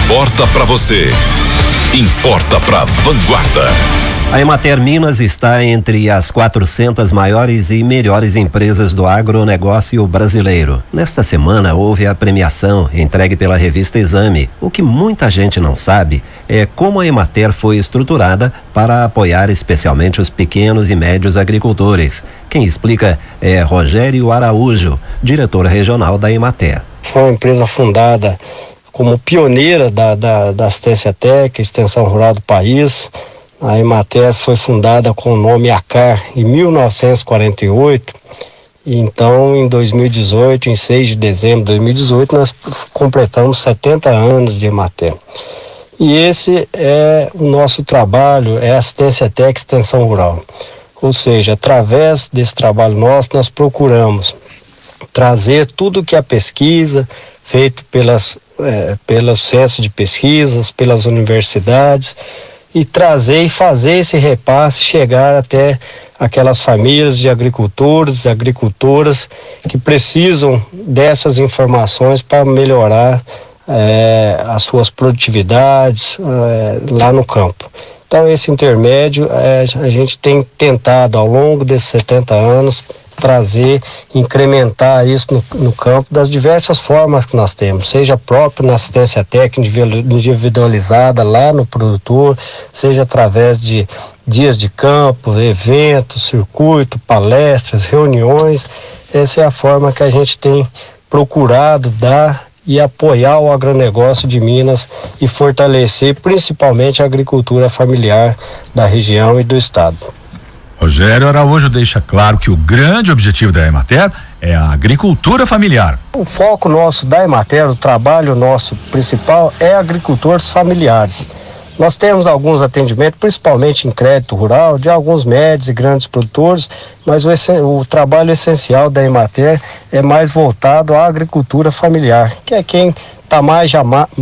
importa pra você, importa pra Vanguarda. A Emater Minas está entre as 400 maiores e melhores empresas do agronegócio brasileiro. Nesta semana houve a premiação entregue pela revista Exame. O que muita gente não sabe é como a Emater foi estruturada para apoiar especialmente os pequenos e médios agricultores. Quem explica é Rogério Araújo, diretor regional da Emater. Foi uma empresa fundada como pioneira da assistência técnica, extensão rural do país. A Emater foi fundada com o nome ACAR em 1948, e então em 2018, em 6 de dezembro de 2018, nós completamos 70 anos de Emater. E esse é o nosso trabalho, é assistência técnica e extensão rural. Ou seja, através desse trabalho nosso, nós procuramos trazer tudo que a pesquisa, feito pelos centros de pesquisas, pelas universidades, e trazer e fazer esse repasse chegar até aquelas famílias de agricultores e agricultoras que precisam dessas informações para melhorar as suas produtividades lá no campo. Então esse intermédio a gente tem tentado ao longo desses 70 anos trazer, incrementar isso no campo das diversas formas que nós temos, seja próprio na assistência técnica individualizada lá no produtor, seja através de dias de campo, eventos, circuito, palestras, reuniões. Essa é a forma que a gente tem procurado dar e apoiar o agronegócio de Minas e fortalecer principalmente a agricultura familiar da região e do estado. Rogério Araújo deixa claro que o grande objetivo da Emater é a agricultura familiar. O foco nosso da Emater, o trabalho nosso principal é agricultores familiares. Nós temos alguns atendimentos, principalmente em crédito rural, de alguns médios e grandes produtores, mas o trabalho essencial da Emater é mais voltado à agricultura familiar, que é quem está mais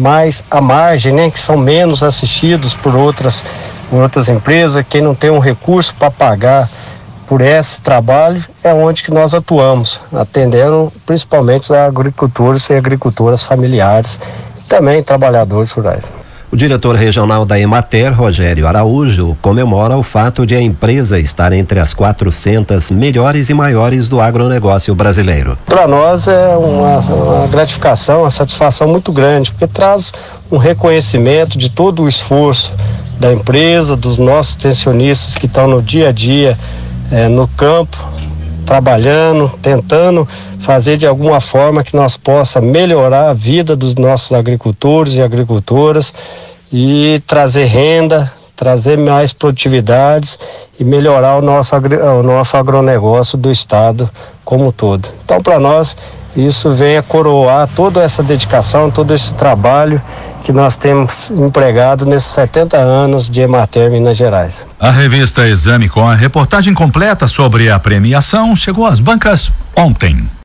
à margem, né, que são menos assistidos por outras empresas, quem não tem um recurso para pagar por esse trabalho, é onde que nós atuamos, atendendo principalmente os agricultores e agricultoras familiares, e também trabalhadores rurais. O diretor regional da Emater, Rogério Araújo, comemora o fato de a empresa estar entre as 400 melhores e maiores do agronegócio brasileiro. Para nós é uma gratificação, uma satisfação muito grande, porque traz um reconhecimento de todo o esforço da empresa, dos nossos extensionistas que estão no dia a dia no campo, trabalhando, tentando fazer de alguma forma que nós possa melhorar a vida dos nossos agricultores e agricultoras e trazer renda, trazer mais produtividades e melhorar o nosso agronegócio do estado como um todo. Então, para nós, isso vem a coroar toda essa dedicação, todo esse trabalho que nós temos empregado nesses 70 anos de Emater Minas Gerais. A revista Exame, com a reportagem completa sobre a premiação, chegou às bancas ontem.